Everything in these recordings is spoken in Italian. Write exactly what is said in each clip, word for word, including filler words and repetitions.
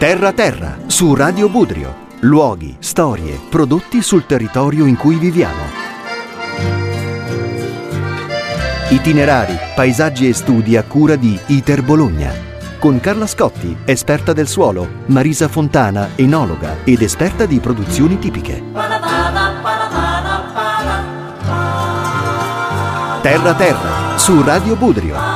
Terra Terra, su Radio Budrio. Luoghi, storie, prodotti sul territorio in cui viviamo. Itinerari, paesaggi e studi a cura di ITER Bologna. Con Carla Scotti, esperta del suolo, Marisa Fontana, enologa ed esperta di produzioni tipiche. Terra Terra, su Radio Budrio.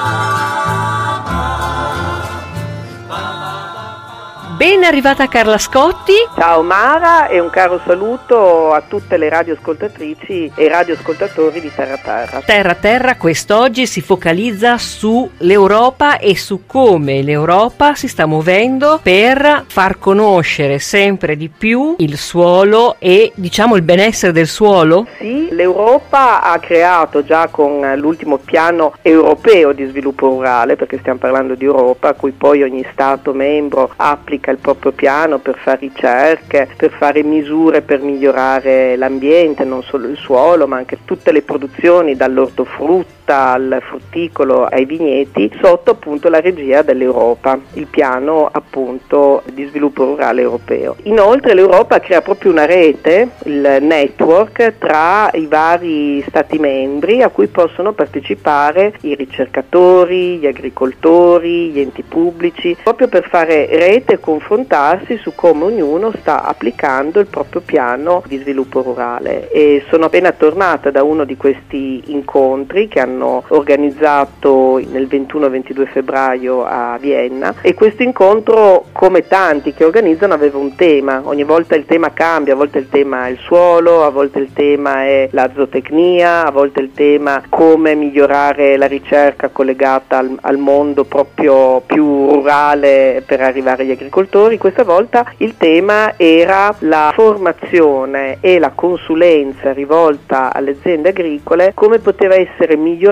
Ben arrivata Carla Scotti. Ciao Mara e un caro saluto a tutte le radioascoltatrici e radioascoltatori di Terra Terra. Terra Terra quest'oggi si focalizza sull'Europa e su come l'Europa si sta muovendo per far conoscere sempre di più il suolo e diciamo il benessere del suolo. Sì, l'Europa ha creato già con l'ultimo piano europeo di sviluppo rurale, perché stiamo parlando di Europa, a cui poi ogni Stato membro applica il proprio piano per fare ricerche, per fare misure per migliorare l'ambiente, non solo il suolo, ma anche tutte le produzioni, dall'ortofrutta al frutticolo ai vigneti, sotto appunto la regia dell'Europa, il piano appunto di sviluppo rurale europeo. Inoltre l'Europa crea proprio una rete, il network tra i vari Stati membri a cui possono partecipare i ricercatori, gli agricoltori, gli enti pubblici, proprio per fare rete e confrontarsi su come ognuno sta applicando il proprio piano di sviluppo rurale. E sono appena tornata da uno di questi incontri che hanno organizzato nel ventuno ventidue febbraio a Vienna, e questo incontro, come tanti che organizzano, aveva un tema. Ogni volta il tema cambia, a volte il tema è il suolo, a volte il tema è la zootecnia, a volte il tema come migliorare la ricerca collegata al, al mondo proprio più rurale per arrivare agli agricoltori. Questa volta il tema era la formazione e la consulenza rivolta alle aziende agricole, come poteva essere migliorata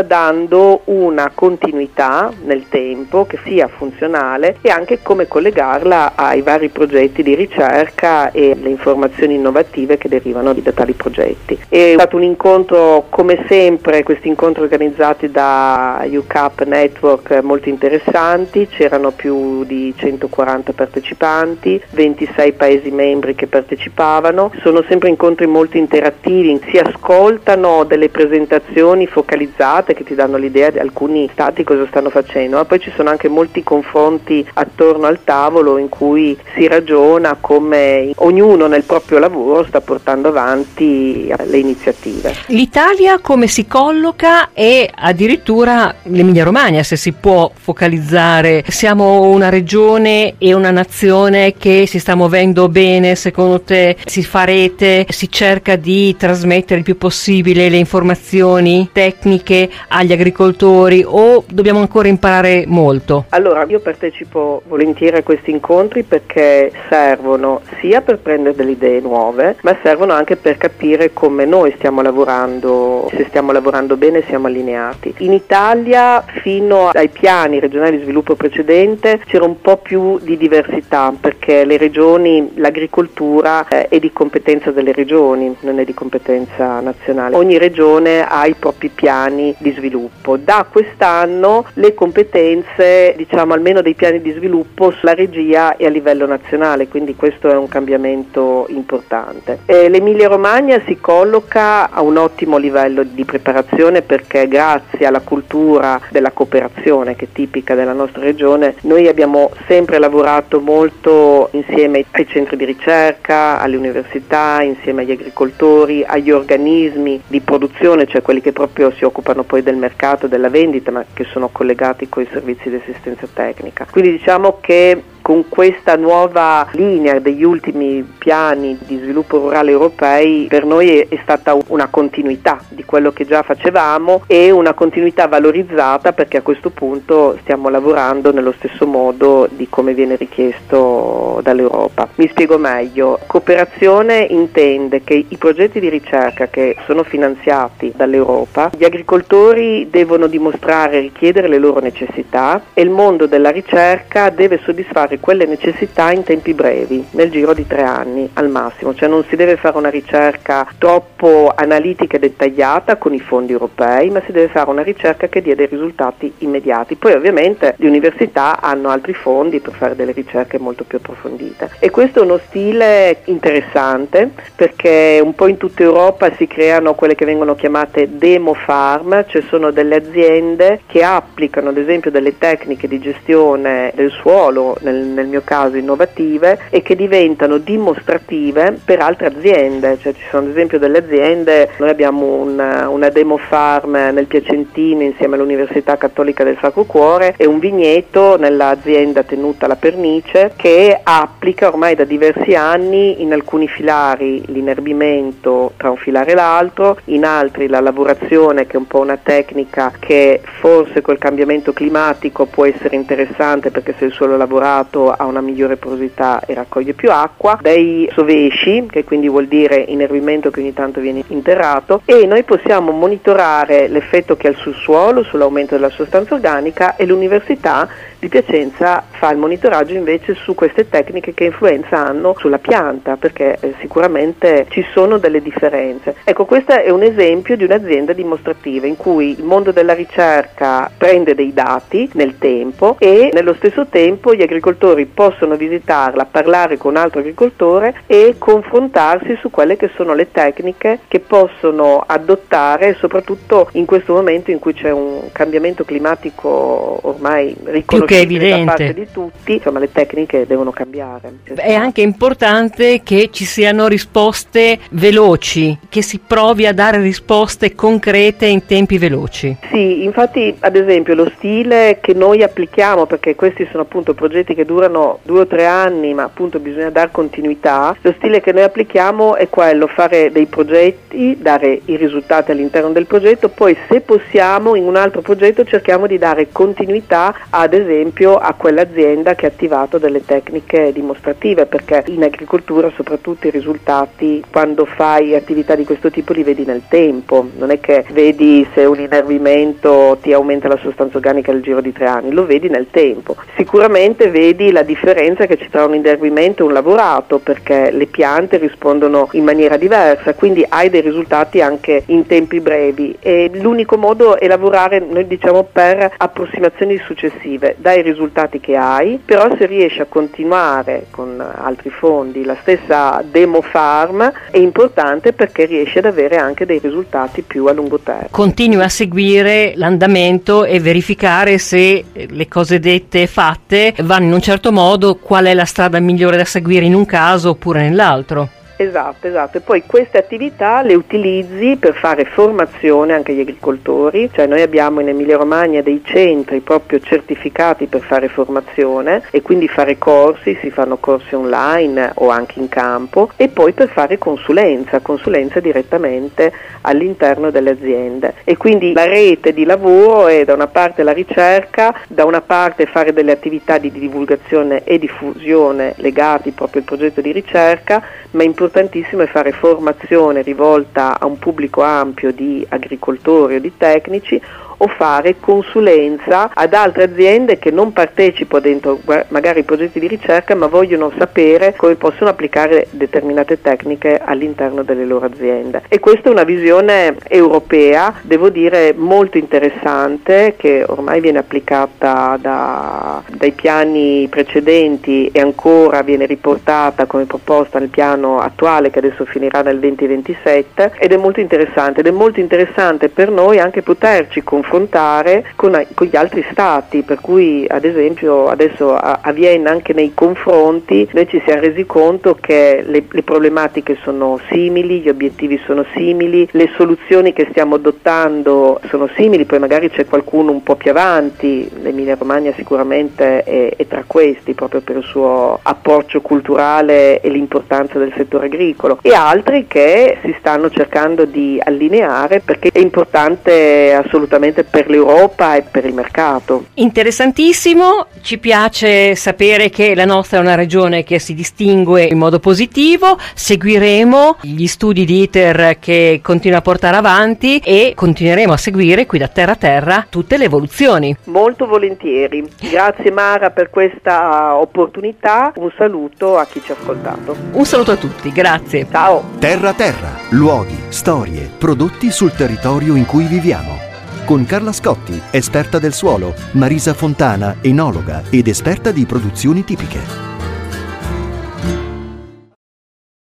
dando una continuità nel tempo che sia funzionale, e anche come collegarla ai vari progetti di ricerca e le informazioni innovative che derivano da tali progetti. È stato un incontro, come sempre, questi incontri organizzati da U C A P Network, molto interessanti. C'erano più di centoquaranta partecipanti, ventisei paesi membri che partecipavano. Sono sempre incontri molto interattivi, si ascoltano delle presentazioni focalizzate che ti danno l'idea di alcuni stati cosa stanno facendo, ma poi ci sono anche molti confronti attorno al tavolo in cui si ragiona come ognuno nel proprio lavoro sta portando avanti le iniziative. L'Italia come si colloca, e addirittura l'Emilia Romagna, se si può focalizzare? Siamo una regione e una nazione che si sta muovendo bene, secondo te? Si fa rete, si cerca di trasmettere il più possibile le informazioni tecniche agli agricoltori, o dobbiamo ancora imparare molto? Allora, io partecipo volentieri a questi incontri perché servono sia per prendere delle idee nuove, ma servono anche per capire come noi stiamo lavorando, se stiamo lavorando bene, siamo allineati. In Italia, fino ai piani regionali di sviluppo precedente, c'era un po' più di diversità, perché le regioni, l'agricoltura eh, è di competenza delle regioni, non è di competenza nazionale. Ogni regione ha i propri piani di sviluppo. Da quest'anno le competenze, diciamo almeno dei piani di sviluppo, la regia è a livello nazionale, quindi questo è un cambiamento importante. E l'Emilia Romagna si colloca a un ottimo livello di preparazione, perché grazie alla cultura della cooperazione che è tipica della nostra regione, noi abbiamo sempre lavorato molto insieme ai centri di ricerca, alle università, insieme agli agricoltori, agli organismi di produzione, cioè quelli che proprio si occupano poi del mercato, della vendita, ma che sono collegati con i servizi di assistenza tecnica. Quindi diciamo che con questa nuova linea degli ultimi piani di sviluppo rurale europei, per noi è, è stata una continuità di quello che già facevamo, e una continuità valorizzata, perché a questo punto stiamo lavorando nello stesso modo di come viene richiesto dall'Europa. Mi spiego meglio. Cooperazione intende che i progetti di ricerca che sono finanziati dall'Europa, gli agricoltori devono dimostrare e richiedere le loro necessità, e il mondo della ricerca deve soddisfare quelle necessità in tempi brevi, nel giro di tre anni al massimo, cioè non si deve fare una ricerca troppo analitica e dettagliata con i fondi europei, ma si deve fare una ricerca che dia dei risultati immediati. Poi ovviamente le università hanno altri fondi per fare delle ricerche molto più approfondite, e questo è uno stile interessante perché un po' in tutta Europa si creano quelle che vengono chiamate demo farm, cioè sono delle aziende che applicano ad esempio delle tecniche di gestione del suolo, nel, nel mio caso innovative, e che diventano dimostrative per altre aziende. Cioè ci sono ad esempio delle aziende, noi abbiamo una, una demo farm nel Piacentino insieme all'Università Cattolica del Sacro Cuore e un vigneto nell'azienda tenuta alla Pernice che applica ormai da diversi anni in alcuni filari l'inerbimento tra un filare e l'altro, in altri la lavorazione, che è un po' una tecnica che forse col cambiamento climatico può essere interessante perché se il suolo lavorato ha una migliore porosità e raccoglie più acqua, dei sovesci, che quindi vuol dire inerbimento che ogni tanto viene interrato, e noi possiamo monitorare l'effetto che ha sul suolo, sull'aumento della sostanza organica, e l'Università di Piacenza fa il monitoraggio invece su queste tecniche che influenza hanno sulla pianta, perché eh, sicuramente ci sono delle differenze. Ecco, questo è un esempio di un'azienda dimostrativa in cui il mondo della ricerca prende dei dati nel tempo e nello stesso tempo gli agricoltori possono visitarla, parlare con un altro agricoltore e confrontarsi su quelle che sono le tecniche che possono adottare, soprattutto in questo momento in cui c'è un cambiamento climatico ormai riconosciuto che è evidente da parte di tutti, insomma le tecniche devono cambiare. È anche importante che ci siano risposte veloci, che si provi a dare risposte concrete in tempi veloci. Sì, infatti ad esempio lo stile che noi applichiamo, perché questi sono appunto progetti che durano due o tre anni, ma appunto bisogna dar continuità, lo stile che noi applichiamo è quello, fare dei progetti, dare i risultati all'interno del progetto, poi se possiamo in un altro progetto cerchiamo di dare continuità ad esempio a quell'azienda che ha attivato delle tecniche dimostrative, perché in agricoltura soprattutto i risultati quando fai attività di questo tipo li vedi nel tempo, non è che vedi se un inerbimento ti aumenta la sostanza organica nel giro di tre anni, lo vedi nel tempo. Sicuramente vedi la differenza che c'è tra un inerbimento e un lavorato, perché le piante rispondono in maniera diversa, quindi hai dei risultati anche in tempi brevi, e l'unico modo è lavorare, noi diciamo, per approssimazioni successive. Dai i risultati che hai, però se riesci a continuare con altri fondi la stessa demo farm è importante perché riesci ad avere anche dei risultati più a lungo termine. Continui a seguire l'andamento e verificare se le cose dette e fatte vanno in un certo modo, qual è la strada migliore da seguire in un caso oppure nell'altro. Esatto, esatto, e poi queste attività le utilizzi per fare formazione anche agli agricoltori, cioè noi abbiamo in Emilia Romagna dei centri proprio certificati per fare formazione e quindi fare corsi, si fanno corsi online o anche in campo, e poi per fare consulenza, consulenza direttamente all'interno delle aziende, e quindi la rete di lavoro è da una parte la ricerca, da una parte fare delle attività di divulgazione e diffusione legati proprio al progetto di ricerca, ma importantissimo è fare formazione rivolta a un pubblico ampio di agricoltori o di tecnici, o fare consulenza ad altre aziende che non partecipano dentro magari ai progetti di ricerca, ma vogliono sapere come possono applicare determinate tecniche all'interno delle loro aziende. E questa è una visione europea, devo dire molto interessante, che ormai viene applicata da, dai piani precedenti e ancora viene riportata come proposta nel piano attuale che adesso finirà nel duemilaventisette, ed è molto interessante ed è molto interessante per noi anche poterci confrontare Con, con gli altri stati, per cui ad esempio adesso a, a Vienna anche nei confronti noi ci siamo resi conto che le, le problematiche sono simili, gli obiettivi sono simili, le soluzioni che stiamo adottando sono simili, poi magari c'è qualcuno un po' più avanti, l'Emilia Romagna sicuramente è, è tra questi proprio per il suo approccio culturale e l'importanza del settore agricolo, e altri che si stanno cercando di allineare perché è importante assolutamente importante per l'Europa e per il mercato. Interessantissimo, ci piace sapere che la nostra è una regione che si distingue in modo positivo, seguiremo gli studi di ITER che continua a portare avanti e continueremo a seguire qui da Terra a Terra tutte le evoluzioni. Molto volentieri. Grazie Mara per questa opportunità, un saluto a chi ci ha ascoltato. Un saluto a tutti, grazie. Ciao. Terra a Terra, luoghi, storie, prodotti sul territorio in cui viviamo. Con Carla Scotti, esperta del suolo, Marisa Fontana, enologa ed esperta di produzioni tipiche.